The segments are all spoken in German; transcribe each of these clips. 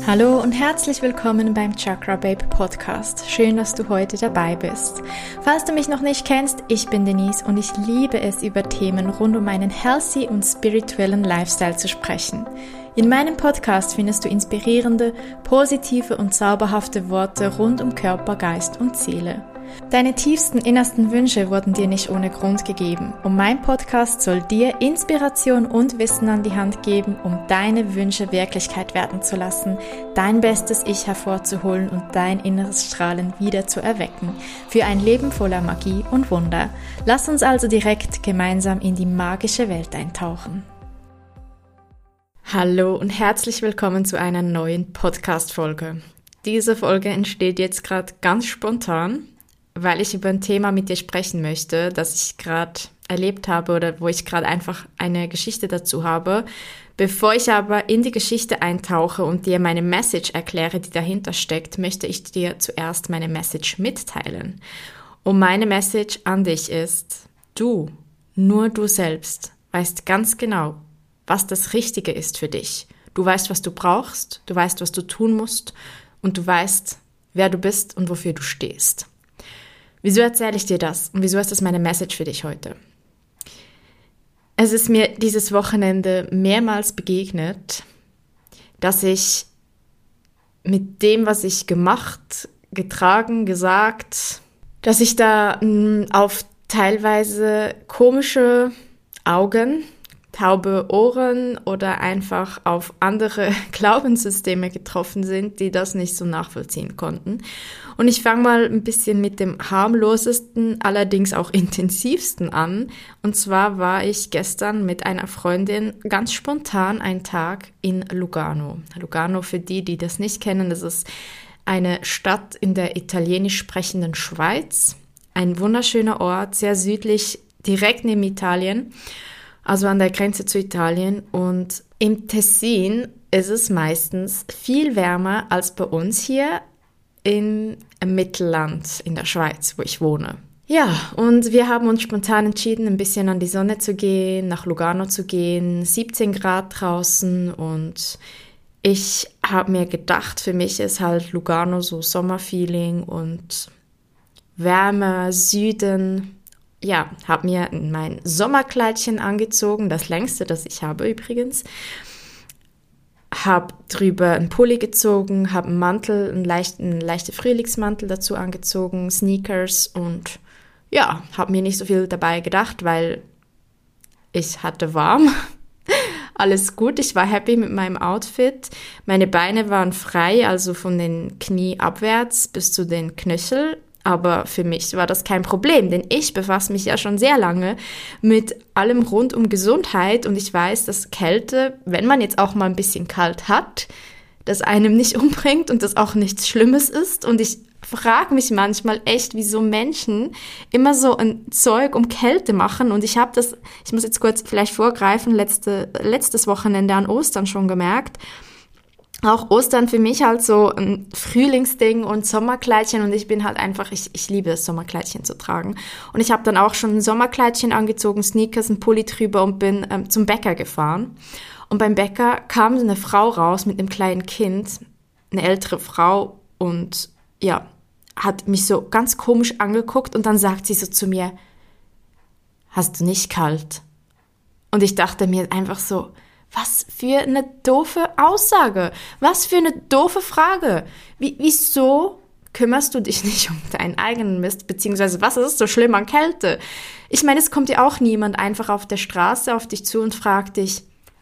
Hallo und herzlich willkommen beim Chakra Babe Podcast. Schön, dass du heute dabei bist. Falls du mich noch nicht kennst, ich bin Denise und ich liebe es, über Themen rund um einen healthy und spirituellen Lifestyle zu sprechen. In meinem Podcast findest du inspirierende, positive und zauberhafte Worte rund um Körper, Geist und Seele. Deine tiefsten, innersten Wünsche wurden dir nicht ohne Grund gegeben und mein Podcast soll dir Inspiration und Wissen an die Hand geben, um deine Wünsche Wirklichkeit werden zu lassen, dein bestes Ich hervorzuholen und dein inneres Strahlen wieder zu erwecken, für ein Leben voller Magie und Wunder. Lass uns also direkt gemeinsam in die magische Welt eintauchen. Hallo und herzlich willkommen zu einer neuen Podcast-Folge. Diese Folge entsteht jetzt gerade ganz spontan, weil ich über ein Thema mit dir sprechen möchte, das ich gerade erlebt habe oder wo ich gerade einfach eine Geschichte dazu habe. Bevor ich aber in die Geschichte eintauche und dir meine Message erkläre, die dahinter steckt, möchte ich dir zuerst meine Message mitteilen. Und meine Message an dich ist, du, nur du selbst, weißt ganz genau, was das Richtige ist für dich. Du weißt, was du brauchst, du weißt, was du tun musst und du weißt, wer du bist und wofür du stehst. Wieso erzähle ich dir das und wieso ist das meine Message für dich heute? Es ist mir dieses Wochenende mehrmals begegnet, dass ich mit dem, was ich gemacht, getragen, gesagt, dass ich da auf teilweise komische Augen, taube Ohren oder einfach auf andere Glaubenssysteme getroffen sind, die das nicht so nachvollziehen konnten. Und ich fange mal ein bisschen mit dem harmlosesten, allerdings auch intensivsten an. Und zwar war ich gestern mit einer Freundin ganz spontan einen Tag in Lugano. Lugano, für die das nicht kennen, das ist eine Stadt in der italienisch sprechenden Schweiz. Ein wunderschöner Ort, sehr südlich, direkt neben Italien. Also an der Grenze zu Italien, und im Tessin ist es meistens viel wärmer als bei uns hier im Mittelland in der Schweiz, wo ich wohne. Ja, und wir haben uns spontan entschieden, ein bisschen an die Sonne zu gehen, nach Lugano zu gehen, 17 Grad draußen, und ich habe mir gedacht, für mich ist halt Lugano so Sommerfeeling und Wärme, Süden. Ja, habe mir mein Sommerkleidchen angezogen, das längste, das ich habe übrigens. Habe drüber einen Pulli gezogen, habe einen Mantel, einen leichten Frühlingsmantel dazu angezogen, Sneakers, und ja, habe mir nicht so viel dabei gedacht, weil ich hatte warm. Alles gut, ich war happy mit meinem Outfit. Meine Beine waren frei, also von den Knie abwärts bis zu den Knöchel. Aber für mich war das kein Problem, denn ich befasse mich ja schon sehr lange mit allem rund um Gesundheit, und ich weiß, dass Kälte, wenn man jetzt auch mal ein bisschen kalt hat, das einem nicht umbringt und das auch nichts Schlimmes ist. Und ich frage mich manchmal echt, wieso Menschen immer so ein Zeug um Kälte machen. Und ich muss jetzt kurz vielleicht vorgreifen, letztes Wochenende an Ostern schon gemerkt. Auch Ostern für mich halt so ein Frühlingsding und Sommerkleidchen, und ich bin halt einfach, ich liebe es, Sommerkleidchen zu tragen. Und ich habe dann auch schon ein Sommerkleidchen angezogen, Sneakers, ein Pulli drüber, und bin zum Bäcker gefahren. Und beim Bäcker kam eine Frau raus mit einem kleinen Kind, eine ältere Frau, und ja, hat mich so ganz komisch angeguckt, und dann sagt sie so zu mir, hast du nicht kalt? Und ich dachte mir einfach so, was für eine doofe Aussage, was für eine doofe Frage. Wieso kümmerst du dich nicht um deinen eigenen Mist, beziehungsweise was ist so schlimm an Kälte? Ich meine, es kommt ja auch niemand einfach auf der Straße auf dich zu und fragt dich,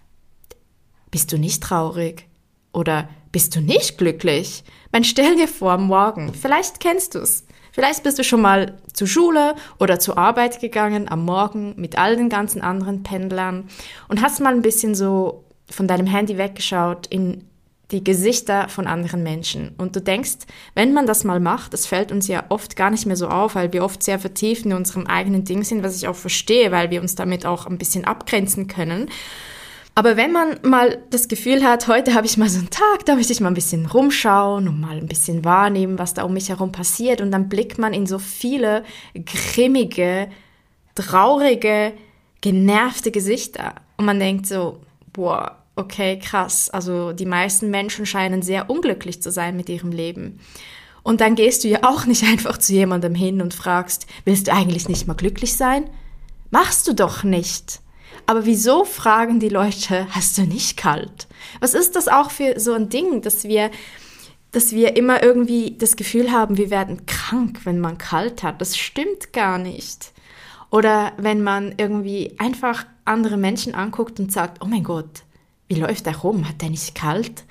bist du nicht traurig? Oder bist du nicht glücklich? Man, stell dir vor, morgen, vielleicht kennst du es. Vielleicht bist du schon mal zur Schule oder zur Arbeit gegangen am Morgen mit all den ganzen anderen Pendlern und hast mal ein bisschen so von deinem Handy weggeschaut in die Gesichter von anderen Menschen. Und du denkst, wenn man das mal macht, das fällt uns ja oft gar nicht mehr so auf, weil wir oft sehr vertieft in unserem eigenen Ding sind, was ich auch verstehe, weil wir uns damit auch ein bisschen abgrenzen können. Aber wenn man mal das Gefühl hat, heute habe ich mal so einen Tag, da möchte ich mal ein bisschen rumschauen und mal ein bisschen wahrnehmen, was da um mich herum passiert, und dann blickt man in so viele grimmige, traurige, genervte Gesichter und man denkt so, boah, okay, krass. Also die meisten Menschen scheinen sehr unglücklich zu sein mit ihrem Leben. Und dann gehst du ja auch nicht einfach zu jemandem hin und fragst, willst du eigentlich nicht mal glücklich sein? Machst du doch nicht. Aber wieso fragen die Leute, hast du nicht kalt? Was ist das auch für so ein Ding, dass wir immer irgendwie das Gefühl haben, wir werden krank, wenn man kalt hat? Das stimmt gar nicht. Oder wenn man irgendwie einfach andere Menschen anguckt und sagt, oh mein Gott, wie läuft der rum? Hat der nicht kalt?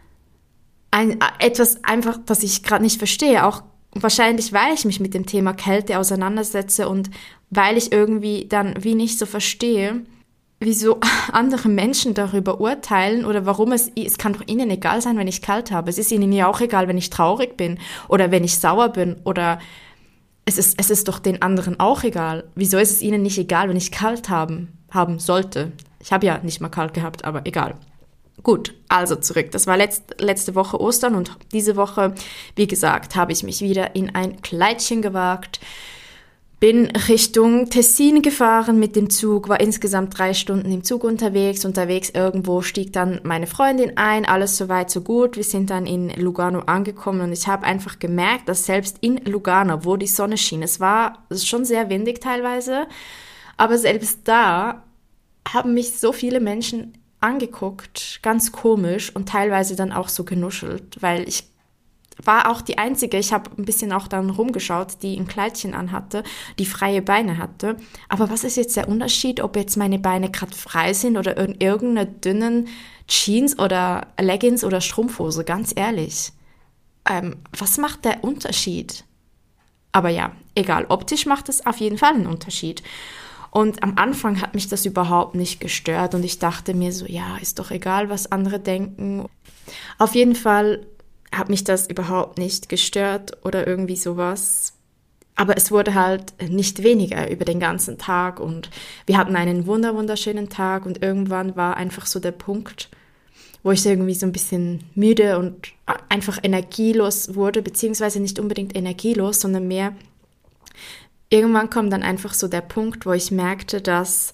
Etwas einfach, das ich gerade nicht verstehe, auch wahrscheinlich, weil ich mich mit dem Thema Kälte auseinandersetze und weil ich irgendwie dann wie nicht so verstehe, wieso andere Menschen darüber urteilen oder warum es kann doch ihnen egal sein, wenn ich kalt habe. Es ist ihnen ja auch egal, wenn ich traurig bin oder wenn ich sauer bin oder es ist doch den anderen auch egal. Wieso ist es ihnen nicht egal, wenn ich kalt haben sollte? Ich habe ja nicht mal kalt gehabt, aber egal. Gut, also zurück. Das war letzte Woche Ostern und diese Woche, wie gesagt, habe ich mich wieder in ein Kleidchen gewagt, bin Richtung Tessin gefahren mit dem Zug, war insgesamt 3 Stunden im Zug unterwegs. Unterwegs irgendwo stieg dann meine Freundin ein, alles soweit so gut. Wir sind dann in Lugano angekommen und ich habe einfach gemerkt, dass selbst in Lugano, wo die Sonne schien, es ist schon sehr windig teilweise, aber selbst da haben mich so viele Menschen angeguckt, ganz komisch und teilweise dann auch so genuschelt, weil ich war auch die Einzige, ich habe ein bisschen auch dann rumgeschaut, die ein Kleidchen anhatte, die freie Beine hatte. Aber was ist jetzt der Unterschied, ob jetzt meine Beine gerade frei sind oder in irgendeiner dünnen Jeans oder Leggings oder Strumpfhose, ganz ehrlich. Was macht der Unterschied? Aber ja, egal, optisch macht es auf jeden Fall einen Unterschied. Und am Anfang hat mich das überhaupt nicht gestört und ich dachte mir so, ja, ist doch egal, was andere denken. Auf jeden Fall hat mich das überhaupt nicht gestört oder irgendwie sowas. Aber es wurde halt nicht weniger über den ganzen Tag und wir hatten einen wunderschönen Tag und irgendwann war einfach so der Punkt, wo ich irgendwie so ein bisschen müde und einfach energielos wurde, beziehungsweise nicht unbedingt energielos, sondern mehr. Irgendwann kommt dann einfach so der Punkt, wo ich merkte, dass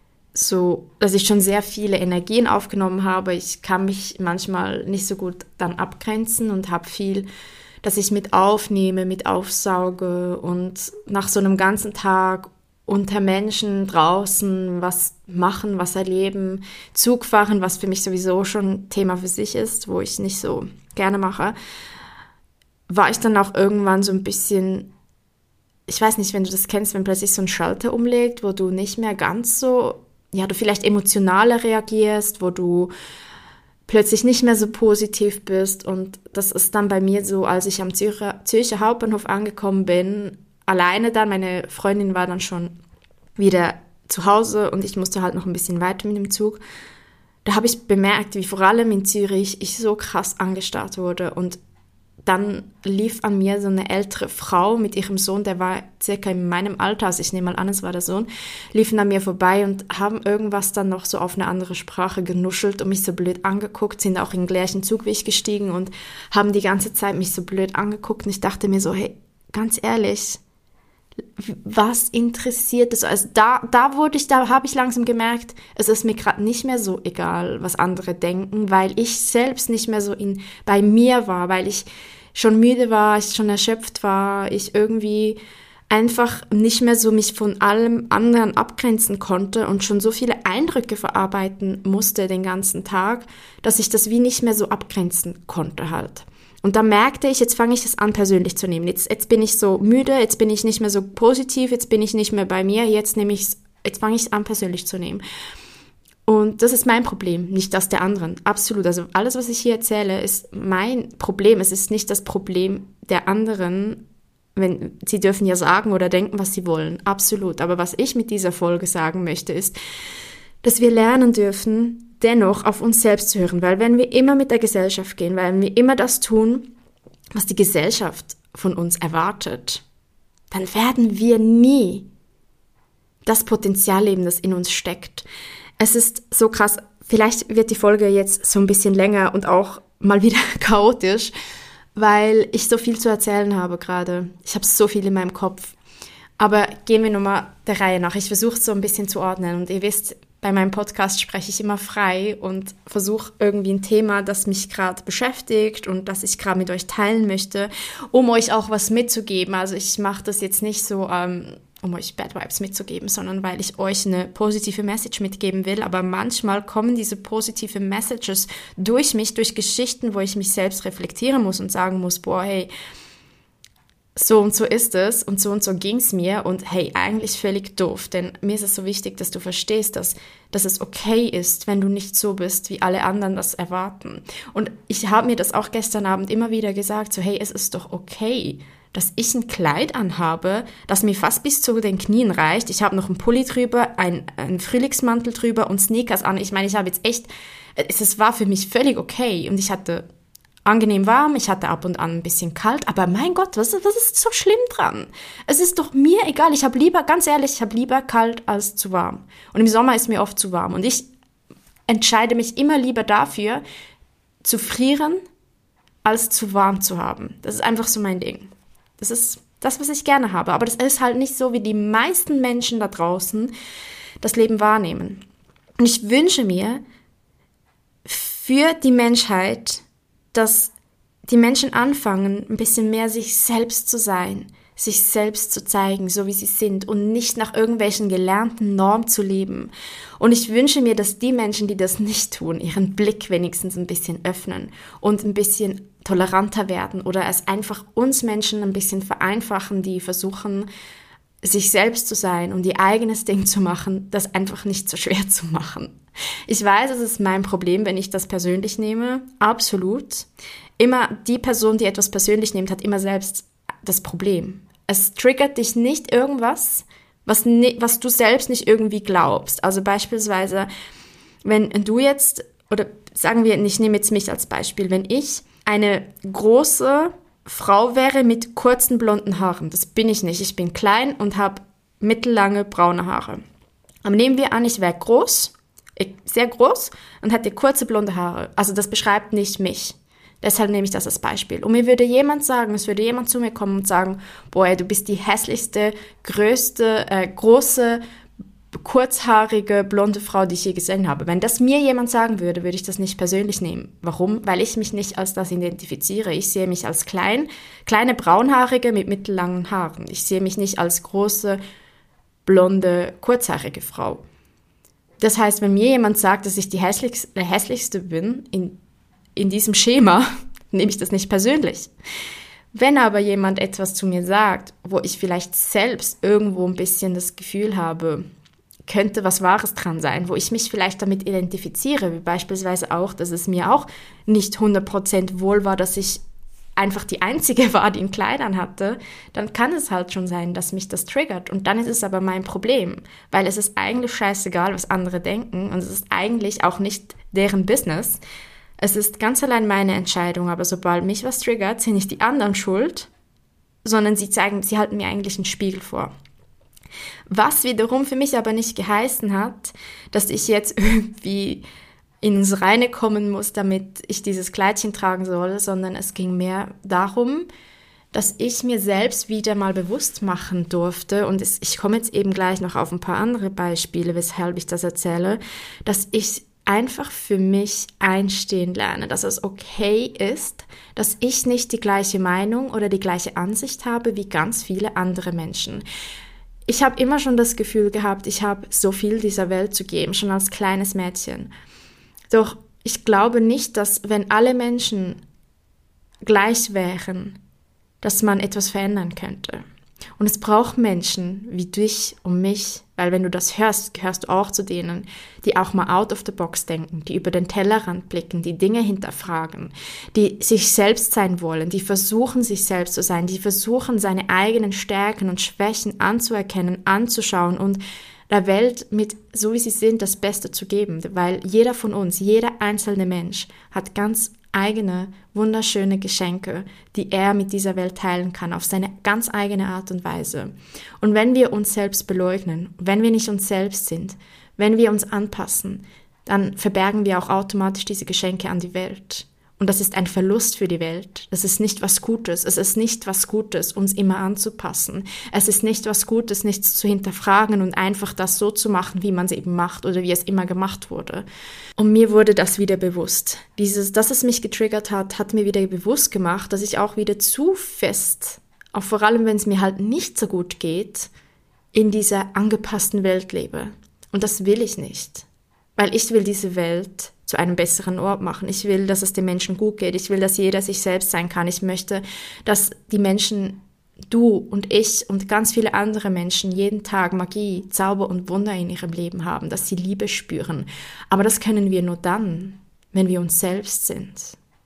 ich schon sehr viele Energien aufgenommen habe. Ich kann mich manchmal nicht so gut dann abgrenzen und habe viel, dass ich mit aufnehme, mit aufsauge und nach so einem ganzen Tag unter Menschen draußen was machen, was erleben, Zug fahren, was für mich sowieso schon Thema für sich ist, wo ich nicht so gerne mache, war ich dann auch irgendwann so ein bisschen, ich weiß nicht, wenn du das kennst, wenn plötzlich so ein Schalter umlegt, wo du nicht mehr ganz so, ja, du vielleicht emotionaler reagierst, wo du plötzlich nicht mehr so positiv bist. Und das ist dann bei mir so, als ich am Zürcher Hauptbahnhof angekommen bin, alleine dann, meine Freundin war dann schon wieder zu Hause und ich musste halt noch ein bisschen weiter mit dem Zug. Da habe ich bemerkt, wie vor allem in Zürich ich so krass angestarrt wurde und dann lief an mir so eine ältere Frau mit ihrem Sohn, der war circa in meinem Alter, also ich nehme mal an, es war der Sohn, liefen an mir vorbei und haben irgendwas dann noch so auf eine andere Sprache genuschelt und mich so blöd angeguckt, sind auch in den gleichen Zug wie ich gestiegen und haben die ganze Zeit mich so blöd angeguckt und ich dachte mir so, hey, ganz ehrlich, was interessiert es? Also da habe ich langsam gemerkt, es ist mir gerade nicht mehr so egal, was andere denken, weil ich selbst nicht mehr so bei mir war, weil ich schon müde war, ich schon erschöpft war, ich irgendwie einfach nicht mehr so mich von allem anderen abgrenzen konnte und schon so viele Eindrücke verarbeiten musste den ganzen Tag, dass ich das wie nicht mehr so abgrenzen konnte halt. Und da merkte ich, jetzt fange ich es an persönlich zu nehmen. Jetzt bin ich so müde, jetzt bin ich nicht mehr so positiv, jetzt bin ich nicht mehr bei mir, jetzt fange ich es an persönlich zu nehmen. Und das ist mein Problem, nicht das der anderen. Absolut. Also alles, was ich hier erzähle, ist mein Problem. Es ist nicht das Problem der anderen. Sie dürfen ja sagen oder denken, was sie wollen. Absolut. Aber was ich mit dieser Folge sagen möchte, ist, dass wir lernen dürfen, dennoch auf uns selbst zu hören, weil wenn wir immer mit der Gesellschaft gehen, weil wir immer das tun, was die Gesellschaft von uns erwartet, dann werden wir nie das Potenzial leben, das in uns steckt. Es ist so krass, vielleicht wird die Folge jetzt so ein bisschen länger und auch mal wieder chaotisch, weil ich so viel zu erzählen habe gerade. Ich habe so viel in meinem Kopf. Aber gehen wir nochmal der Reihe nach. Ich versuche es so ein bisschen zu ordnen und ihr wisst, bei meinem Podcast spreche ich immer frei und versuche irgendwie ein Thema, das mich gerade beschäftigt und das ich gerade mit euch teilen möchte, um euch auch was mitzugeben. Also ich mache das jetzt nicht so, um euch Bad Vibes mitzugeben, sondern weil ich euch eine positive Message mitgeben will. Aber manchmal kommen diese positive Messages durch mich, durch Geschichten, wo ich mich selbst reflektieren muss und sagen muss, boah, hey, so und so ist es und so ging's mir und hey, eigentlich völlig doof, denn mir ist es so wichtig, dass du verstehst, dass es okay ist, wenn du nicht so bist, wie alle anderen das erwarten. Und ich habe mir das auch gestern Abend immer wieder gesagt, so hey, es ist doch okay, dass ich ein Kleid anhabe, das mir fast bis zu den Knien reicht. Ich habe noch einen Pulli drüber, einen Frühlingsmantel drüber und Sneakers an. Ich meine, ich habe jetzt echt, es war für mich völlig okay und ich hatte angenehm warm, ich hatte ab und an ein bisschen kalt, aber mein Gott, was ist so schlimm dran? Es ist doch mir egal, ich habe lieber kalt als zu warm. Und im Sommer ist mir oft zu warm und ich entscheide mich immer lieber dafür, zu frieren, als zu warm zu haben. Das ist einfach so mein Ding. Das ist das, was ich gerne habe, aber das ist halt nicht so, wie die meisten Menschen da draußen das Leben wahrnehmen. Und ich wünsche mir für die Menschheit, dass die Menschen anfangen, ein bisschen mehr sich selbst zu sein, sich selbst zu zeigen, so wie sie sind und nicht nach irgendwelchen gelernten Normen zu leben. Und ich wünsche mir, dass die Menschen, die das nicht tun, ihren Blick wenigstens ein bisschen öffnen und ein bisschen toleranter werden oder es einfach uns Menschen ein bisschen vereinfachen, die versuchen, sich selbst zu sein und ihr eigenes Ding zu machen, das einfach nicht so schwer zu machen. Ich weiß, es ist mein Problem, wenn ich das persönlich nehme. Absolut. Immer die Person, die etwas persönlich nimmt, hat immer selbst das Problem. Es triggert dich nicht irgendwas, was du selbst nicht irgendwie glaubst. Also beispielsweise, wenn du jetzt, oder sagen wir, ich nehme jetzt mich als Beispiel, wenn ich eine große Frau wäre mit kurzen blonden Haaren. Das bin ich nicht. Ich bin klein und habe mittellange braune Haare. Aber nehmen wir an, ich wäre sehr groß und hätte kurze blonde Haare. Also das beschreibt nicht mich. Deshalb nehme ich das als Beispiel. Und mir würde jemand sagen, es würde jemand zu mir kommen und sagen, boah, du bist die hässlichste, größte, große, kurzhaarige, blonde Frau, die ich je gesehen habe. Wenn das mir jemand sagen würde, würde ich das nicht persönlich nehmen. Warum? Weil ich mich nicht als das identifiziere. Ich sehe mich als kleine Braunhaarige mit mittellangen Haaren. Ich sehe mich nicht als große, blonde, kurzhaarige Frau. Das heißt, wenn mir jemand sagt, dass ich die hässlichste bin in diesem Schema, nehme ich das nicht persönlich. Wenn aber jemand etwas zu mir sagt, wo ich vielleicht selbst irgendwo ein bisschen das Gefühl habe, könnte was Wahres dran sein, wo ich mich vielleicht damit identifiziere, wie beispielsweise auch, dass es mir auch nicht 100% wohl war, dass ich einfach die Einzige war, die ein Kleid anhatte, dann kann es halt schon sein, dass mich das triggert. Und dann ist es aber mein Problem, weil es ist eigentlich scheißegal, was andere denken und es ist eigentlich auch nicht deren Business. Es ist ganz allein meine Entscheidung, aber sobald mich was triggert, sind nicht die anderen schuld, sondern sie halten mir eigentlich einen Spiegel vor. Was wiederum für mich aber nicht geheißen hat, dass ich jetzt irgendwie ins Reine kommen muss, damit ich dieses Kleidchen tragen soll, sondern es ging mehr darum, dass ich mir selbst wieder mal bewusst machen durfte, und ich komme jetzt eben gleich noch auf ein paar andere Beispiele, weshalb ich das erzähle, dass ich einfach für mich einstehen lerne, dass es okay ist, dass ich nicht die gleiche Meinung oder die gleiche Ansicht habe wie ganz viele andere Menschen. Ich habe immer schon das Gefühl gehabt, ich habe so viel dieser Welt zu geben, schon als kleines Mädchen. Doch ich glaube nicht, dass wenn alle Menschen gleich wären, dass man etwas verändern könnte. Und es braucht Menschen wie dich und mich, weil wenn du das hörst, gehörst du auch zu denen, die auch mal out of the box denken, die über den Tellerrand blicken, die Dinge hinterfragen, die sich selbst sein wollen, die versuchen, sich selbst zu sein, die versuchen, seine eigenen Stärken und Schwächen anzuerkennen, anzuschauen und der Welt mit, so wie sie sind, das Beste zu geben. Weil jeder von uns, jeder einzelne Mensch hat ganz eigene, wunderschöne Geschenke, die er mit dieser Welt teilen kann, auf seine ganz eigene Art und Weise. Und wenn wir uns selbst beleugnen, wenn wir nicht uns selbst sind, wenn wir uns anpassen, dann verbergen wir auch automatisch diese Geschenke an die Welt. Und das ist ein Verlust für die Welt. Das ist nicht was Gutes. Es ist nicht was Gutes, uns immer anzupassen. Es ist nicht was Gutes, nichts zu hinterfragen und einfach das so zu machen, wie man es eben macht oder wie es immer gemacht wurde. Und mir wurde das wieder bewusst. Dass es mich getriggert hat, hat mir wieder bewusst gemacht, dass ich auch wieder zu fest, auch vor allem wenn es mir halt nicht so gut geht, in dieser angepassten Welt lebe. Und das will ich nicht. Weil ich will diese Welt zu einem besseren Ort machen. Ich will, dass es den Menschen gut geht. Ich will, dass jeder sich selbst sein kann. Ich möchte, dass die Menschen, du und ich und ganz viele andere Menschen jeden Tag Magie, Zauber und Wunder in ihrem Leben haben, dass sie Liebe spüren. Aber das können wir nur dann, wenn wir uns selbst sind.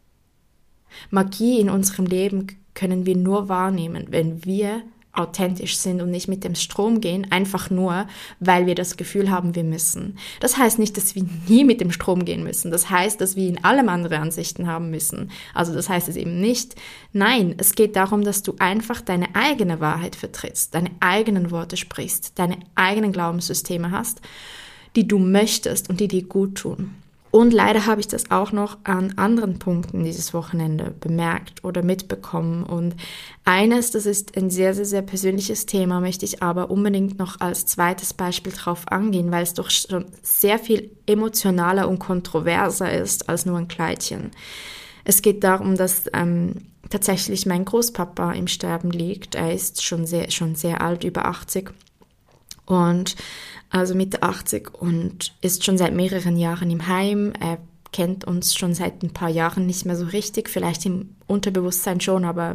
Magie in unserem Leben können wir nur wahrnehmen, wenn wir authentisch sind und nicht mit dem Strom gehen, einfach nur, weil wir das Gefühl haben, wir müssen. Das heißt nicht, dass wir nie mit dem Strom gehen müssen. Das heißt, dass wir in allem andere Ansichten haben müssen. Also das heißt es eben nicht. Nein, es geht darum, dass du einfach deine eigene Wahrheit vertrittst, deine eigenen Worte sprichst, deine eigenen Glaubenssysteme hast, die du möchtest und die dir gut tun. Und leider habe ich das auch noch an anderen Punkten dieses Wochenende bemerkt oder mitbekommen. Und eines, das ist ein sehr, sehr, sehr persönliches Thema, möchte ich aber unbedingt noch als zweites Beispiel drauf angehen, weil es doch schon sehr viel emotionaler und kontroverser ist als nur ein Kleidchen. Es geht darum, dass tatsächlich mein Großpapa im Sterben liegt. Er ist schon sehr alt, über 80. Und also Mitte 80 und ist schon seit mehreren Jahren im Heim. Er kennt uns schon seit ein paar Jahren nicht mehr so richtig, vielleicht im Unterbewusstsein schon, aber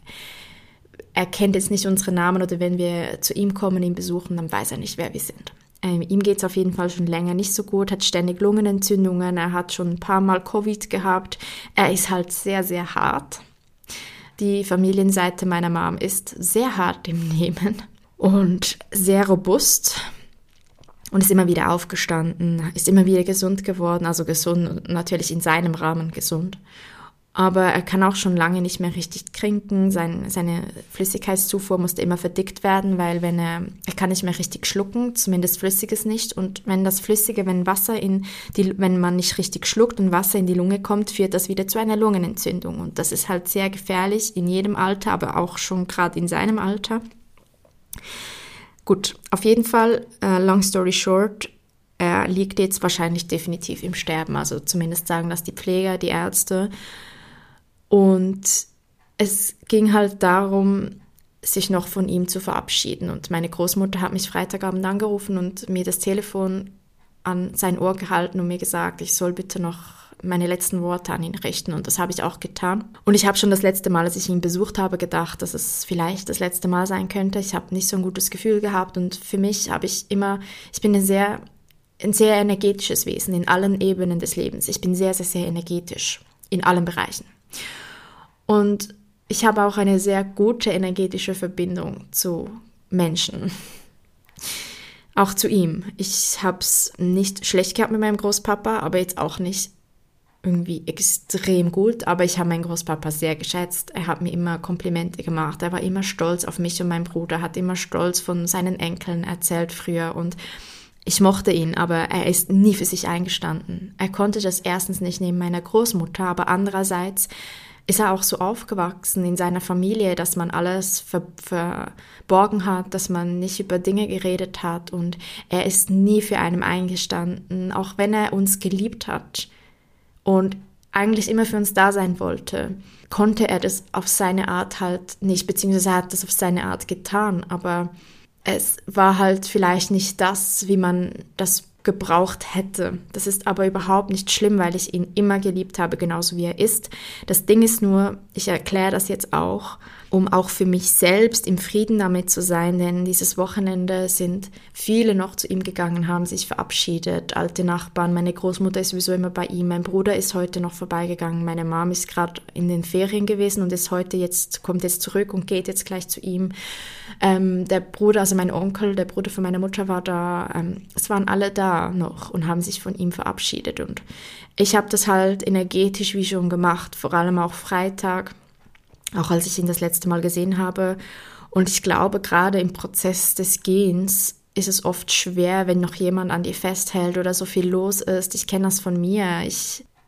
er kennt jetzt nicht unsere Namen oder wenn wir zu ihm kommen, ihn besuchen, dann weiß er nicht, wer wir sind. Ihm geht es auf jeden Fall schon länger nicht so gut, hat ständig Lungenentzündungen, er hat schon ein paar Mal Covid gehabt. Er ist halt sehr, sehr hart. Die Familienseite meiner Mom ist sehr hart im Nehmen und sehr robust. Und ist immer wieder aufgestanden, ist immer wieder gesund geworden, also gesund, natürlich in seinem Rahmen gesund. Aber er kann auch schon lange nicht mehr richtig trinken, seine Flüssigkeitszufuhr musste immer verdickt werden, weil er kann nicht mehr richtig schlucken, zumindest Flüssiges nicht. Und wenn wenn man nicht richtig schluckt und Wasser in die Lunge kommt, führt das wieder zu einer Lungenentzündung. Und das ist halt sehr gefährlich in jedem Alter, aber auch schon gerade in seinem Alter. Gut, auf jeden Fall, long story short, er liegt jetzt wahrscheinlich definitiv im Sterben, also zumindest sagen das die Pfleger, die Ärzte. Und es ging halt darum, sich noch von ihm zu verabschieden. Und meine Großmutter hat mich Freitagabend angerufen und mir das Telefon an sein Ohr gehalten und mir gesagt, ich soll bitte noch meine letzten Worte an ihn richten und das habe ich auch getan. Und ich habe schon das letzte Mal, als ich ihn besucht habe, gedacht, dass es vielleicht das letzte Mal sein könnte. Ich habe nicht so ein gutes Gefühl gehabt und für mich ich bin ein sehr energetisches Wesen in allen Ebenen des Lebens. Ich bin sehr, sehr, sehr energetisch in allen Bereichen. Und ich habe auch eine sehr gute energetische Verbindung zu Menschen. Auch zu ihm. Ich habe es nicht schlecht gehabt mit meinem Großpapa, aber jetzt auch nicht irgendwie extrem gut, aber ich habe meinen Großpapa sehr geschätzt. Er hat mir immer Komplimente gemacht. Er war immer stolz auf mich und meinen Bruder, hat immer stolz von seinen Enkeln erzählt früher und ich mochte ihn, aber er ist nie für sich eingestanden. Er konnte das erstens nicht neben meiner Großmutter, aber andererseits ist er auch so aufgewachsen in seiner Familie, dass man alles verborgen hat, dass man nicht über Dinge geredet hat und er ist nie für einen eingestanden, auch wenn er uns geliebt hat und eigentlich immer für uns da sein wollte, konnte er das auf seine Art halt nicht, beziehungsweise er hat das auf seine Art getan, aber es war halt vielleicht nicht das, wie man das gebraucht hätte. Das ist aber überhaupt nicht schlimm, weil ich ihn immer geliebt habe, genauso wie er ist. Das Ding ist nur, ich erkläre das jetzt auch, um auch für mich selbst im Frieden damit zu sein, denn dieses Wochenende sind viele noch zu ihm gegangen, haben sich verabschiedet, alte Nachbarn, meine Großmutter ist sowieso immer bei ihm, mein Bruder ist heute noch vorbeigegangen, meine Mom ist gerade in den Ferien gewesen und kommt jetzt zurück und geht jetzt gleich zu ihm. Der Bruder, also mein Onkel, der Bruder von meiner Mutter war da, es waren alle da noch und haben sich von ihm verabschiedet und ich habe das halt energetisch wie schon gemacht, vor allem auch Freitag, auch als ich ihn das letzte Mal gesehen habe. Und ich glaube, gerade im Prozess des Gehens ist es oft schwer, wenn noch jemand an dir festhält oder so viel los ist. Ich kenne das von mir. Ich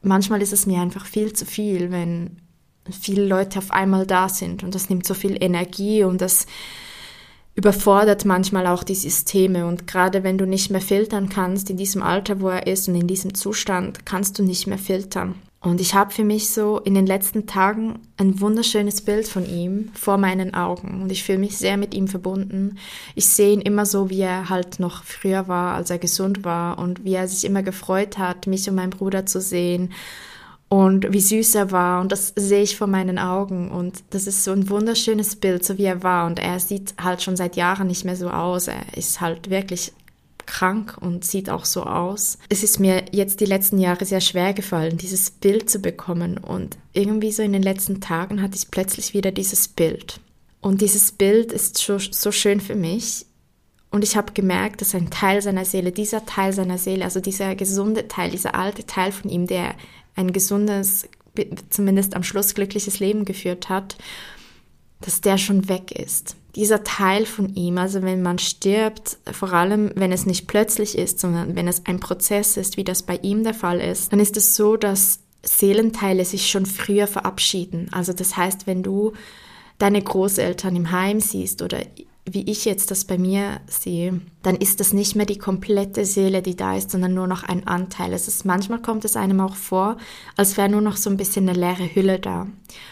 manchmal ist es mir einfach viel zu viel, wenn viele Leute auf einmal da sind und das nimmt so viel Energie und das überfordert manchmal auch die Systeme und gerade wenn du nicht mehr filtern kannst, in diesem Alter, wo er ist und in diesem Zustand, kannst du nicht mehr filtern. Und ich habe für mich so in den letzten Tagen ein wunderschönes Bild von ihm vor meinen Augen und ich fühle mich sehr mit ihm verbunden. Ich sehe ihn immer so, wie er halt noch früher war, als er gesund war und wie er sich immer gefreut hat, mich und meinen Bruder zu sehen und wie süß er war und das sehe ich vor meinen Augen und das ist so ein wunderschönes Bild, so wie er war und er sieht halt schon seit Jahren nicht mehr so aus, er ist halt wirklich krank und sieht auch so aus. Es ist mir jetzt die letzten Jahre sehr schwer gefallen, dieses Bild zu bekommen und irgendwie so in den letzten Tagen hatte ich plötzlich wieder dieses Bild. Und dieses Bild ist so schön für mich und ich habe gemerkt, dass ein Teil seiner Seele, dieser Teil seiner Seele, also dieser gesunde Teil, dieser alte Teil von ihm, der ein gesundes, zumindest am Schluss glückliches Leben geführt hat, dass der schon weg ist. Dieser Teil von ihm, also wenn man stirbt, vor allem wenn es nicht plötzlich ist, sondern wenn es ein Prozess ist, wie das bei ihm der Fall ist, dann ist es so, dass Seelenteile sich schon früher verabschieden. Also das heißt, wenn du deine Großeltern im Heim siehst oder wie ich jetzt das bei mir sehe, dann ist das nicht mehr die komplette Seele, die da ist, sondern nur noch ein Anteil. Manchmal kommt es einem auch vor, als wäre nur noch so ein bisschen eine leere Hülle da.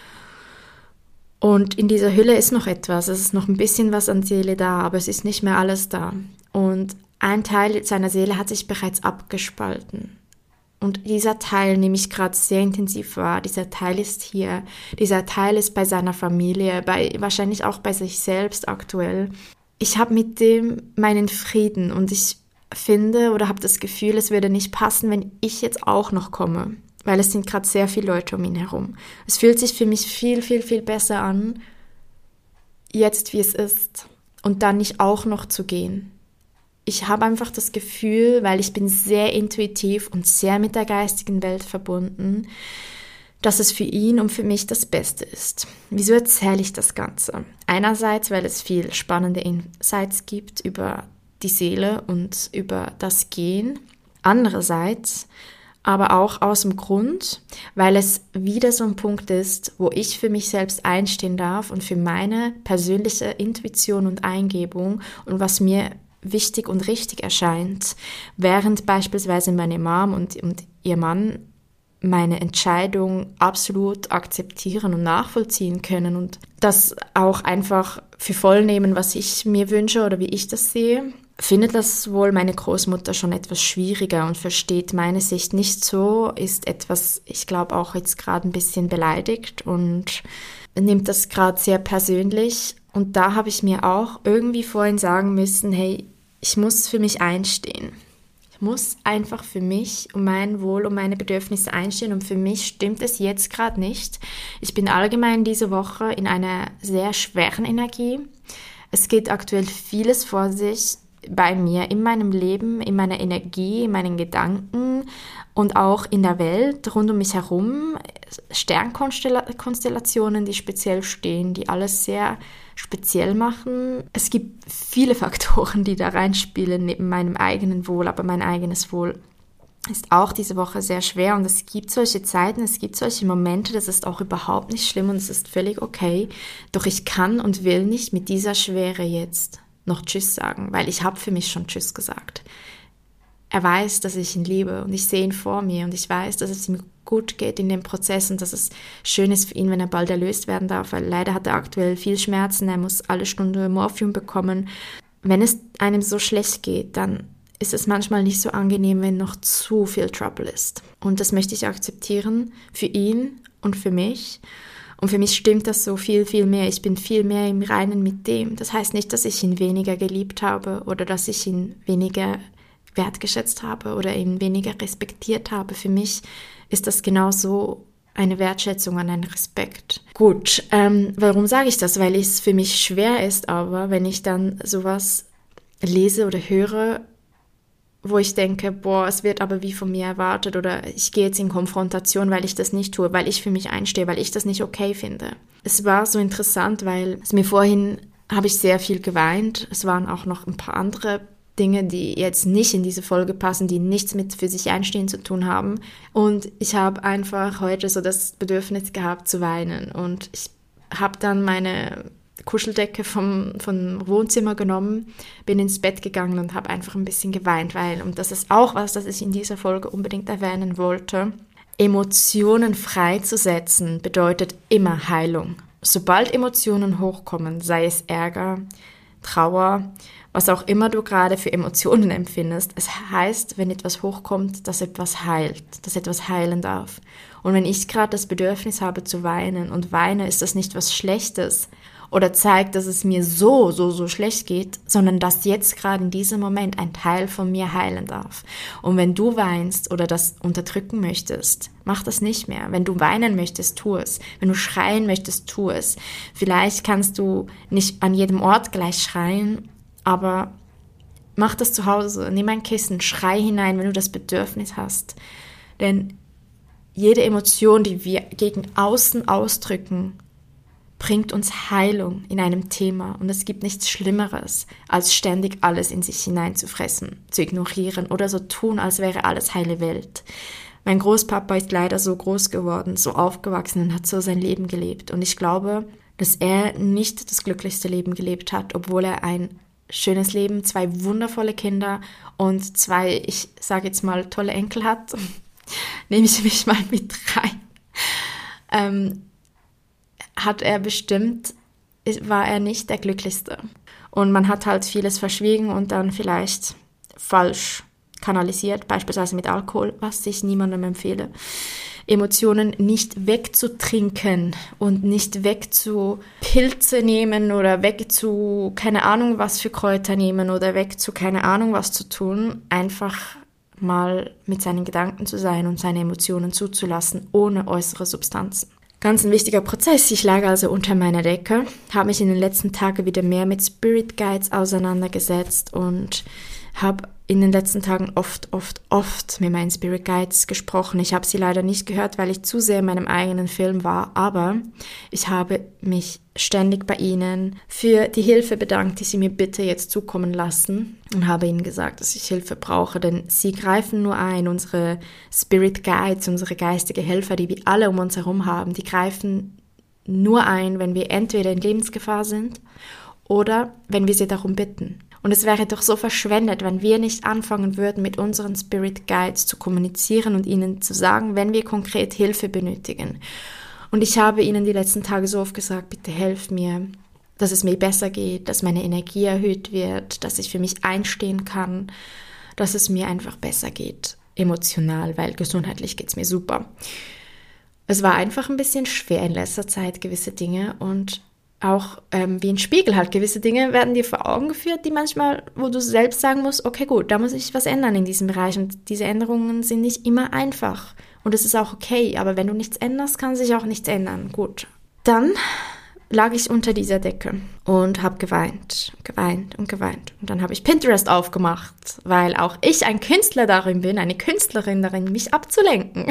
Und in dieser Hülle ist noch etwas, es ist noch ein bisschen was an Seele da, aber es ist nicht mehr alles da. Und ein Teil seiner Seele hat sich bereits abgespalten. Und dieser Teil nehme ich gerade sehr intensiv wahr. Dieser Teil ist hier, dieser Teil ist bei seiner Familie, wahrscheinlich auch bei sich selbst aktuell. Ich habe mit dem meinen Frieden und ich finde oder habe das Gefühl, es würde nicht passen, wenn ich jetzt auch noch komme. Weil es sind gerade sehr viele Leute um ihn herum. Es fühlt sich für mich viel, viel, viel besser an, jetzt wie es ist und dann nicht auch noch zu gehen. Ich habe einfach das Gefühl, weil ich bin sehr intuitiv und sehr mit der geistigen Welt verbunden, dass es für ihn und für mich das Beste ist. Wieso erzähle ich das Ganze? Einerseits, weil es viel spannende Insights gibt über die Seele und über das Gehen. Andererseits aber auch aus dem Grund, weil es wieder so ein Punkt ist, wo ich für mich selbst einstehen darf und für meine persönliche Intuition und Eingebung und was mir wichtig und richtig erscheint, während beispielsweise meine Mom und ihr Mann meine Entscheidung absolut akzeptieren und nachvollziehen können und das auch einfach für voll nehmen, was ich mir wünsche oder wie ich das sehe, findet das wohl meine Großmutter schon etwas schwieriger und versteht meine Sicht nicht so, ist etwas, ich glaube auch jetzt gerade ein bisschen beleidigt und nimmt das gerade sehr persönlich. Und da habe ich mir auch irgendwie vorhin sagen müssen, hey, ich muss für mich einstehen. Ich muss einfach für mich um mein Wohl, um meine Bedürfnisse einstehen und für mich stimmt es jetzt gerade nicht. Ich bin allgemein diese Woche in einer sehr schweren Energie. Es geht aktuell vieles vor sich bei mir, in meinem Leben, in meiner Energie, in meinen Gedanken und auch in der Welt rund um mich herum. Sternkonstellationen, die speziell stehen, die alles sehr speziell machen. Es gibt viele Faktoren, die da reinspielen neben meinem eigenen Wohl, aber mein eigenes Wohl ist auch diese Woche sehr schwer und es gibt solche Zeiten, es gibt solche Momente, das ist auch überhaupt nicht schlimm und es ist völlig okay, doch ich kann und will nicht mit dieser Schwere jetzt noch Tschüss sagen, weil ich habe für mich schon Tschüss gesagt. Er weiß, dass ich ihn liebe und ich sehe ihn vor mir und ich weiß, dass es ihm gut geht in dem Prozess und dass es schön ist für ihn, wenn er bald erlöst werden darf, weil leider hat er aktuell viel Schmerzen, er muss alle Stunde Morphium bekommen. Wenn es einem so schlecht geht, dann ist es manchmal nicht so angenehm, wenn noch zu viel Trouble ist. Und das möchte ich akzeptieren für ihn und für mich. Und für mich stimmt das so viel, viel mehr. Ich bin viel mehr im Reinen mit dem. Das heißt nicht, dass ich ihn weniger geliebt habe oder dass ich ihn weniger wertgeschätzt habe oder ihn weniger respektiert habe. Für mich ist das genauso eine Wertschätzung und ein Respekt. Gut, warum sage ich das? Weil es für mich schwer ist, aber wenn ich dann sowas lese oder höre, wo ich denke, boah, es wird aber wie von mir erwartet oder ich gehe jetzt in Konfrontation, weil ich das nicht tue, weil ich für mich einstehe, weil ich das nicht okay finde. Es war so interessant, weil habe ich sehr viel geweint. Es waren auch noch ein paar andere Dinge, die jetzt nicht in diese Folge passen, die nichts mit für sich einstehen zu tun haben. Und ich habe einfach heute so das Bedürfnis gehabt zu weinen. Und ich habe dann meine Kuscheldecke vom Wohnzimmer genommen, bin ins Bett gegangen und habe einfach ein bisschen geweint, und das ist auch was, das ich in dieser Folge unbedingt erwähnen wollte, Emotionen freizusetzen bedeutet immer Heilung. Sobald Emotionen hochkommen, sei es Ärger, Trauer, was auch immer du gerade für Emotionen empfindest, es heißt, wenn etwas hochkommt, dass etwas heilt, dass etwas heilen darf. Und wenn ich gerade das Bedürfnis habe zu weinen und weine, ist das nicht was Schlechtes oder zeigt, dass es mir so schlecht geht, sondern dass jetzt gerade in diesem Moment ein Teil von mir heilen darf. Und wenn du weinst oder das unterdrücken möchtest, mach das nicht mehr. Wenn du weinen möchtest, tu es. Wenn du schreien möchtest, tu es. Vielleicht kannst du nicht an jedem Ort gleich schreien, aber mach das zu Hause. Nimm ein Kissen, schrei hinein, wenn du das Bedürfnis hast. Denn jede Emotion, die wir gegen außen ausdrücken, bringt uns Heilung in einem Thema. Und es gibt nichts Schlimmeres, als ständig alles in sich hineinzufressen, zu ignorieren oder so tun, als wäre alles heile Welt. Mein Großpapa ist leider so groß geworden, so aufgewachsen und hat so sein Leben gelebt. Und ich glaube, dass er nicht das glücklichste Leben gelebt hat, obwohl er ein schönes Leben, 2 wundervolle Kinder und 2, ich sage jetzt mal, tolle Enkel hat. Nehme ich mich mal mit rein. Hat er bestimmt, war er nicht der Glücklichste. Und man hat halt vieles verschwiegen und dann vielleicht falsch kanalisiert, beispielsweise mit Alkohol, was ich niemandem empfehle. Emotionen nicht wegzutrinken und nicht Pilze nehmen oder keine Ahnung was für Kräuter nehmen oder keine Ahnung was zu tun, einfach mal mit seinen Gedanken zu sein und seine Emotionen zuzulassen, ohne äußere Substanzen. Ganz ein wichtiger Prozess. Ich lag also unter meiner Decke, habe mich in den letzten Tagen wieder mehr mit Spirit Guides auseinandergesetzt und habe in den letzten Tagen oft mit meinen Spirit Guides gesprochen. Ich habe sie leider nicht gehört, weil ich zu sehr in meinem eigenen Film war, aber ich habe mich ständig bei ihnen für die Hilfe bedankt, die sie mir bitte jetzt zukommen lassen und habe ihnen gesagt, dass ich Hilfe brauche, denn sie greifen nur ein, unsere Spirit Guides, unsere geistige Helfer, die wir alle um uns herum haben, die greifen nur ein, wenn wir entweder in Lebensgefahr sind oder wenn wir sie darum bitten. Und es wäre doch so verschwendet, wenn wir nicht anfangen würden, mit unseren Spirit Guides zu kommunizieren und ihnen zu sagen, wenn wir konkret Hilfe benötigen. Und ich habe ihnen die letzten Tage so oft gesagt, bitte helft mir, dass es mir besser geht, dass meine Energie erhöht wird, dass ich für mich einstehen kann, dass es mir einfach besser geht, emotional, weil gesundheitlich geht es mir super. Es war einfach ein bisschen schwer in letzter Zeit, gewisse Dinge, und auch wie ein Spiegel halt, gewisse Dinge werden dir vor Augen geführt, die manchmal, wo du selbst sagen musst, okay gut, da muss ich was ändern in diesem Bereich, und diese Änderungen sind nicht immer einfach und es ist auch okay, aber wenn du nichts änderst, kann sich auch nichts ändern. Gut, dann lag ich unter dieser Decke und habe geweint und dann habe ich Pinterest aufgemacht, weil auch ich ein Künstler darin bin, eine Künstlerin darin, mich abzulenken.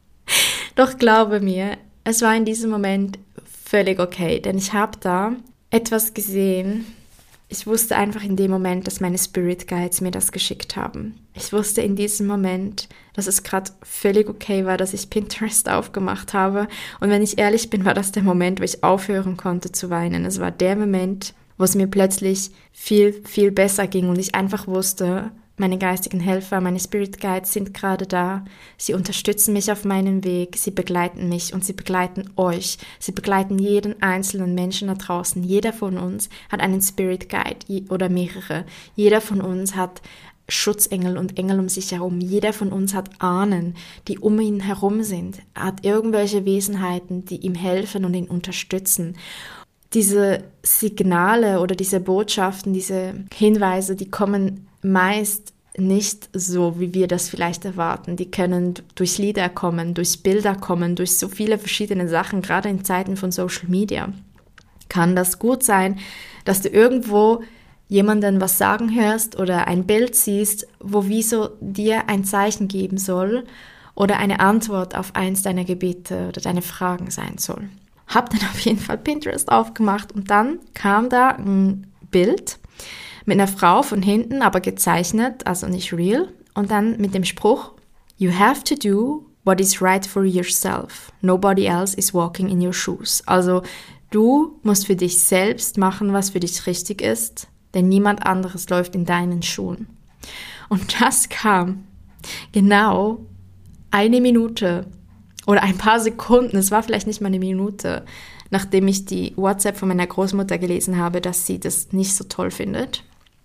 Doch glaube mir, es war in diesem Moment völlig okay, denn ich habe da etwas gesehen. Ich wusste einfach in dem Moment, dass meine Spirit Guides mir das geschickt haben. Ich wusste in diesem Moment, dass es gerade völlig okay war, dass ich Pinterest aufgemacht habe. Und wenn ich ehrlich bin, war das der Moment, wo ich aufhören konnte zu weinen. Es war der Moment, wo es mir plötzlich viel besser ging und ich einfach wusste, meine geistigen Helfer, meine Spirit Guides sind gerade da. Sie unterstützen mich auf meinem Weg, sie begleiten mich und sie begleiten euch. Sie begleiten jeden einzelnen Menschen da draußen. Jeder von uns hat einen Spirit Guide oder mehrere. Jeder von uns hat Schutzengel und Engel um sich herum. Jeder von uns hat Ahnen, die um ihn herum sind. Er hat irgendwelche Wesenheiten, die ihm helfen und ihn unterstützen. Diese Signale oder diese Botschaften, diese Hinweise, die kommen meist nicht so, wie wir das vielleicht erwarten. Die können durch Lieder kommen, durch Bilder kommen, durch so viele verschiedene Sachen. Gerade in Zeiten von Social Media kann das gut sein, dass du irgendwo jemanden was sagen hörst oder ein Bild siehst, wo wie so dir ein Zeichen geben soll oder eine Antwort auf eins deiner Gebete oder deine Fragen sein soll. Hab dann auf jeden Fall Pinterest aufgemacht und dann kam da ein Bild mit einer Frau von hinten, aber gezeichnet, also nicht real. Und dann mit dem Spruch, "You have to do what is right for yourself. Nobody else is walking in your shoes." Also du musst für dich selbst machen, was für dich richtig ist, denn niemand anderes läuft in deinen Schuhen. Und das kam genau 1 Minute oder ein paar Sekunden, es war vielleicht nicht mal 1 Minute, nachdem ich die WhatsApp von meiner Großmutter gelesen habe, dass sie das nicht so toll findet,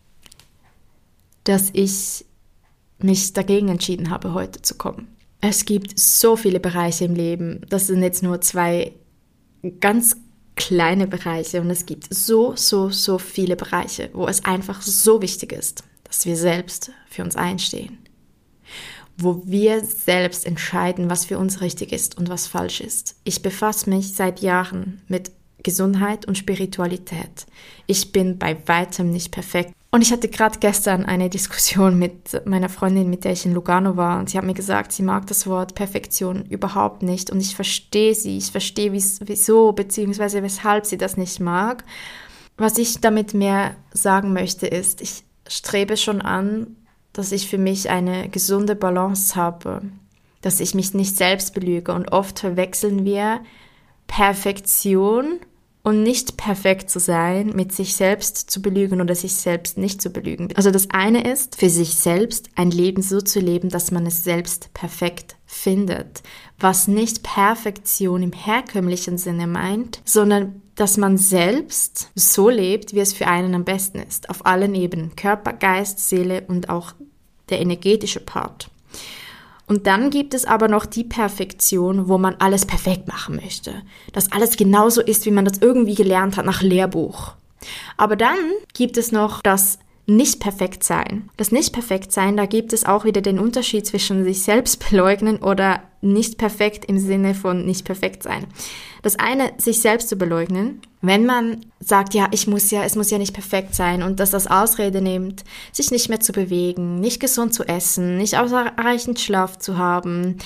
dass ich mich dagegen entschieden habe, heute zu kommen. Es gibt so viele Bereiche im Leben, das sind jetzt nur 2 ganz kleine Bereiche und es gibt so viele Bereiche, wo es einfach so wichtig ist, dass wir selbst für uns einstehen. Wo wir selbst entscheiden, was für uns richtig ist und was falsch ist. Ich befasse mich seit Jahren mit Gesundheit und Spiritualität. Ich bin bei weitem nicht perfekt. Und ich hatte gerade gestern eine Diskussion mit meiner Freundin, mit der ich in Lugano war. Und sie hat mir gesagt, sie mag das Wort Perfektion überhaupt nicht. Und ich verstehe sie. Ich verstehe, wieso bzw. weshalb sie das nicht mag. Was ich damit mehr sagen möchte, ist, ich strebe schon an, dass ich für mich eine gesunde Balance habe, dass ich mich nicht selbst belüge. Und oft verwechseln wir Perfektion und nicht perfekt zu sein mit sich selbst zu belügen oder sich selbst nicht zu belügen. Also das eine ist, für sich selbst ein Leben so zu leben, dass man es selbst perfekt findet. Was nicht Perfektion im herkömmlichen Sinne meint, sondern dass man selbst so lebt, wie es für einen am besten ist. Auf allen Ebenen. Körper, Geist, Seele und auch der energetische Part. Und dann gibt es aber noch die Perfektion, wo man alles perfekt machen möchte. Dass alles genauso ist, wie man das irgendwie gelernt hat nach Lehrbuch. Aber dann gibt es noch das Nicht-Perfekt-Sein. Das Nicht-Perfekt-Sein, da gibt es auch wieder den Unterschied zwischen sich selbst beleugnen oder nicht perfekt im Sinne von nicht perfekt sein. Das eine, sich selbst zu beleugnen, wenn man sagt, ja, es muss ja nicht perfekt sein und das als Ausrede nimmt, sich nicht mehr zu bewegen, nicht gesund zu essen, nicht ausreichend Schlaf zu haben,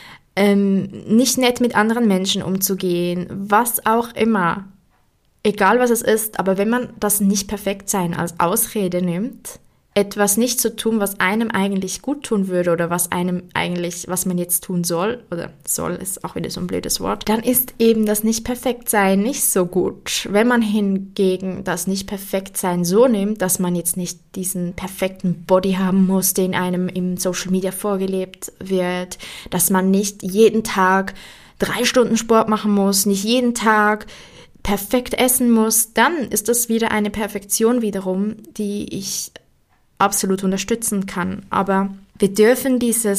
nicht nett mit anderen Menschen umzugehen, was auch immer. Egal was es ist, aber wenn man das Nicht-Perfekt-Sein als Ausrede nimmt, etwas nicht zu tun, was einem eigentlich gut tun würde oder was man jetzt tun soll, oder soll ist auch wieder so ein blödes Wort, dann ist eben das Nicht-Perfekt-Sein nicht so gut. Wenn man hingegen das Nicht-Perfekt-Sein so nimmt, dass man jetzt nicht diesen perfekten Body haben muss, den einem im Social Media vorgelebt wird, dass man nicht jeden Tag 3 Stunden Sport machen muss, nicht jeden Tag perfekt essen muss, dann ist das wieder eine Perfektion wiederum, die ich absolut unterstützen kann. Aber wir dürfen diese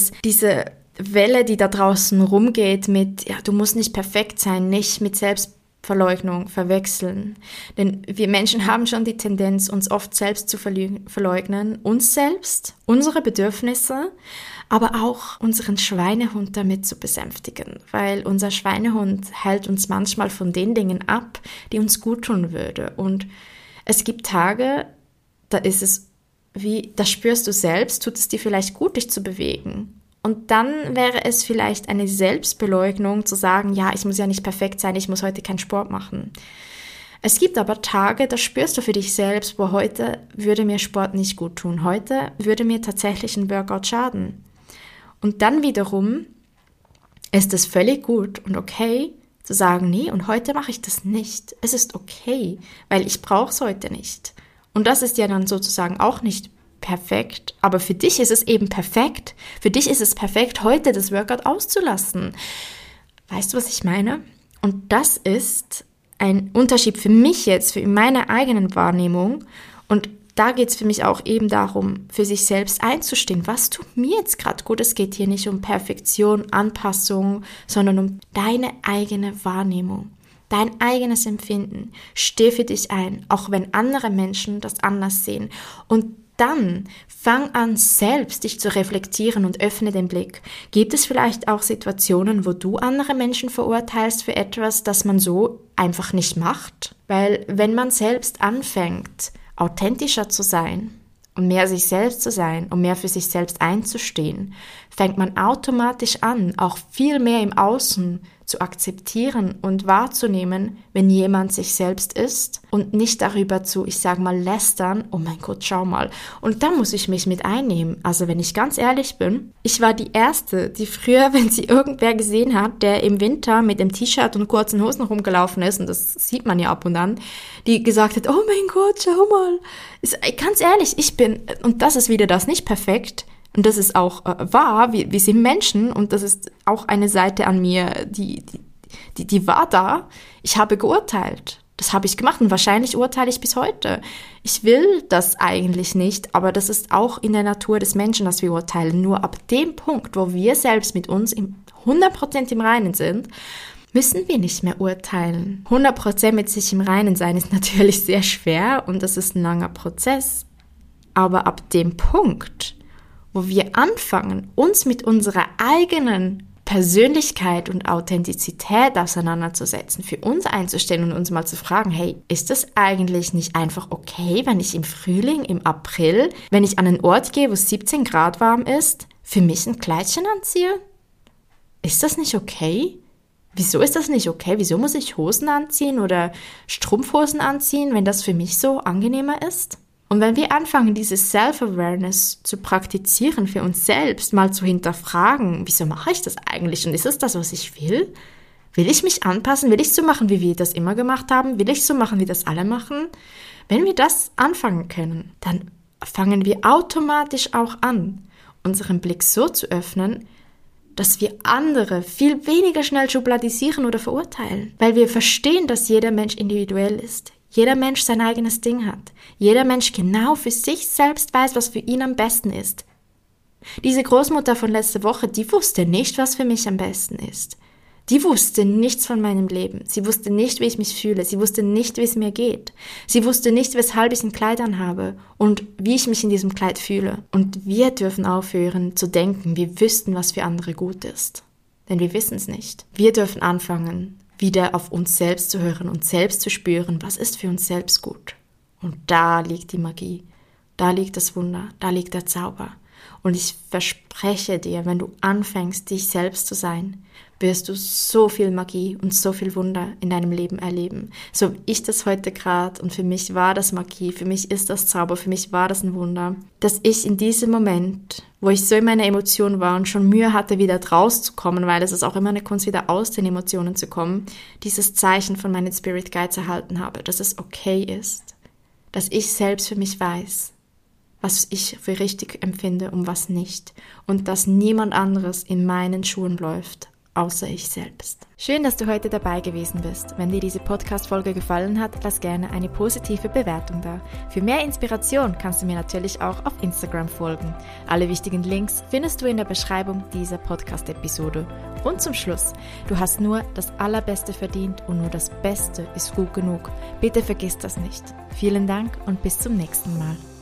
Welle, die da draußen rumgeht mit, ja, du musst nicht perfekt sein, nicht mit Selbstverleugnung verwechseln. Denn wir Menschen haben schon die Tendenz, uns oft selbst zu verleugnen, uns selbst, unsere Bedürfnisse, aber auch unseren Schweinehund damit zu besänftigen, weil unser Schweinehund hält uns manchmal von den Dingen ab, die uns gut tun würde. Und es gibt Tage, da ist es wie, das spürst du selbst, tut es dir vielleicht gut, dich zu bewegen. Und dann wäre es vielleicht eine Selbstbeleugnung zu sagen, ja, ich muss ja nicht perfekt sein, ich muss heute keinen Sport machen. Es gibt aber Tage, da spürst du für dich selbst, boah, heute würde mir Sport nicht gut tun, heute würde mir tatsächlich ein Workout schaden. Und dann wiederum ist es völlig gut und okay zu sagen, nee, und heute mache ich das nicht. Es ist okay, weil ich brauche es heute nicht. Und das ist ja dann sozusagen auch nicht perfekt, aber für dich ist es eben perfekt. Für dich ist es perfekt, heute das Workout auszulassen. Weißt du, was ich meine? Und das ist ein Unterschied für mich jetzt, für meine eigenen Wahrnehmung. Und da geht es für mich auch eben darum, für sich selbst einzustehen. Was tut mir jetzt gerade gut? Es geht hier nicht um Perfektion, Anpassung, sondern um deine eigene Wahrnehmung, dein eigenes Empfinden. Steh für dich ein, auch wenn andere Menschen das anders sehen. Und dann fang an, selbst dich zu reflektieren und öffne den Blick. Gibt es vielleicht auch Situationen, wo du andere Menschen verurteilst für etwas, das man so einfach nicht macht? Weil wenn man selbst anfängt, authentischer zu sein und mehr sich selbst zu sein und mehr für sich selbst einzustehen, fängt man automatisch an, auch viel mehr im Außen zu akzeptieren und wahrzunehmen, wenn jemand sich selbst ist und nicht darüber zu, ich sage mal, lästern, oh mein Gott, schau mal. Und da muss ich mich mit einnehmen. Also wenn ich ganz ehrlich bin, ich war die Erste, die früher, wenn sie irgendwer gesehen hat, der im Winter mit dem T-Shirt und kurzen Hosen rumgelaufen ist, und das sieht man ja ab und an, die gesagt hat, oh mein Gott, schau mal. Ganz ehrlich, ich bin, und das ist wieder das, nicht perfekt, und das ist auch wahr, wir sind Menschen und das ist auch eine Seite an mir, die war da. Ich habe geurteilt. Das habe ich gemacht und wahrscheinlich urteile ich bis heute. Ich will das eigentlich nicht, aber das ist auch in der Natur des Menschen, dass wir urteilen. Nur ab dem Punkt, wo wir selbst mit uns 100% im Reinen sind, müssen wir nicht mehr urteilen. 100% mit sich im Reinen sein ist natürlich sehr schwer und das ist ein langer Prozess. Aber ab dem Punkt, wo wir anfangen, uns mit unserer eigenen Persönlichkeit und Authentizität auseinanderzusetzen, für uns einzustellen und uns mal zu fragen, hey, ist das eigentlich nicht einfach okay, wenn ich im Frühling, im April, wenn ich an einen Ort gehe, wo es 17 Grad warm ist, für mich ein Kleidchen anziehe? Ist das nicht okay? Wieso ist das nicht okay? Wieso muss ich Hosen anziehen oder Strumpfhosen anziehen, wenn das für mich so angenehmer ist? Und wenn wir anfangen, diese Self-Awareness zu praktizieren für uns selbst, mal zu hinterfragen, wieso mache ich das eigentlich und ist es das, was ich will? Will ich mich anpassen? Will ich so machen, wie wir das immer gemacht haben? Will ich so machen, wie das alle machen? Wenn wir das anfangen können, dann fangen wir automatisch auch an, unseren Blick so zu öffnen, dass wir andere viel weniger schnell schubladisieren oder verurteilen, weil wir verstehen, dass jeder Mensch individuell ist. Jeder Mensch sein eigenes Ding hat. Jeder Mensch genau für sich selbst weiß, was für ihn am besten ist. Diese Großmutter von letzter Woche, die wusste nicht, was für mich am besten ist. Die wusste nichts von meinem Leben. Sie wusste nicht, wie ich mich fühle. Sie wusste nicht, wie es mir geht. Sie wusste nicht, weshalb ich ein Kleid anhabe und wie ich mich in diesem Kleid fühle. Und wir dürfen aufhören zu denken, wir wüssten, was für andere gut ist. Denn wir wissen es nicht. Wir dürfen anfangen, wieder auf uns selbst zu hören und selbst zu spüren, was ist für uns selbst gut. Und da liegt die Magie, da liegt das Wunder, da liegt der Zauber. Und ich verspreche dir, wenn du anfängst, dich selbst zu sein, wirst du so viel Magie und so viel Wunder in deinem Leben erleben. So wie ich das heute gerade, und für mich war das Magie, für mich ist das Zauber, für mich war das ein Wunder, dass ich in diesem Moment, wo ich so in meiner Emotion war und schon Mühe hatte, wieder rauszukommen, weil es ist auch immer eine Kunst, wieder aus den Emotionen zu kommen, dieses Zeichen von meinen Spirit Guides erhalten habe, dass es okay ist, dass ich selbst für mich weiß, was ich für richtig empfinde und was nicht, und dass niemand anderes in meinen Schuhen läuft, außer ich selbst. Schön, dass du heute dabei gewesen bist. Wenn dir diese Podcast-Folge gefallen hat, lass gerne eine positive Bewertung da. Für mehr Inspiration kannst du mir natürlich auch auf Instagram folgen. Alle wichtigen Links findest du in der Beschreibung dieser Podcast-Episode. Und zum Schluss, du hast nur das Allerbeste verdient und nur das Beste ist gut genug. Bitte vergiss das nicht. Vielen Dank und bis zum nächsten Mal.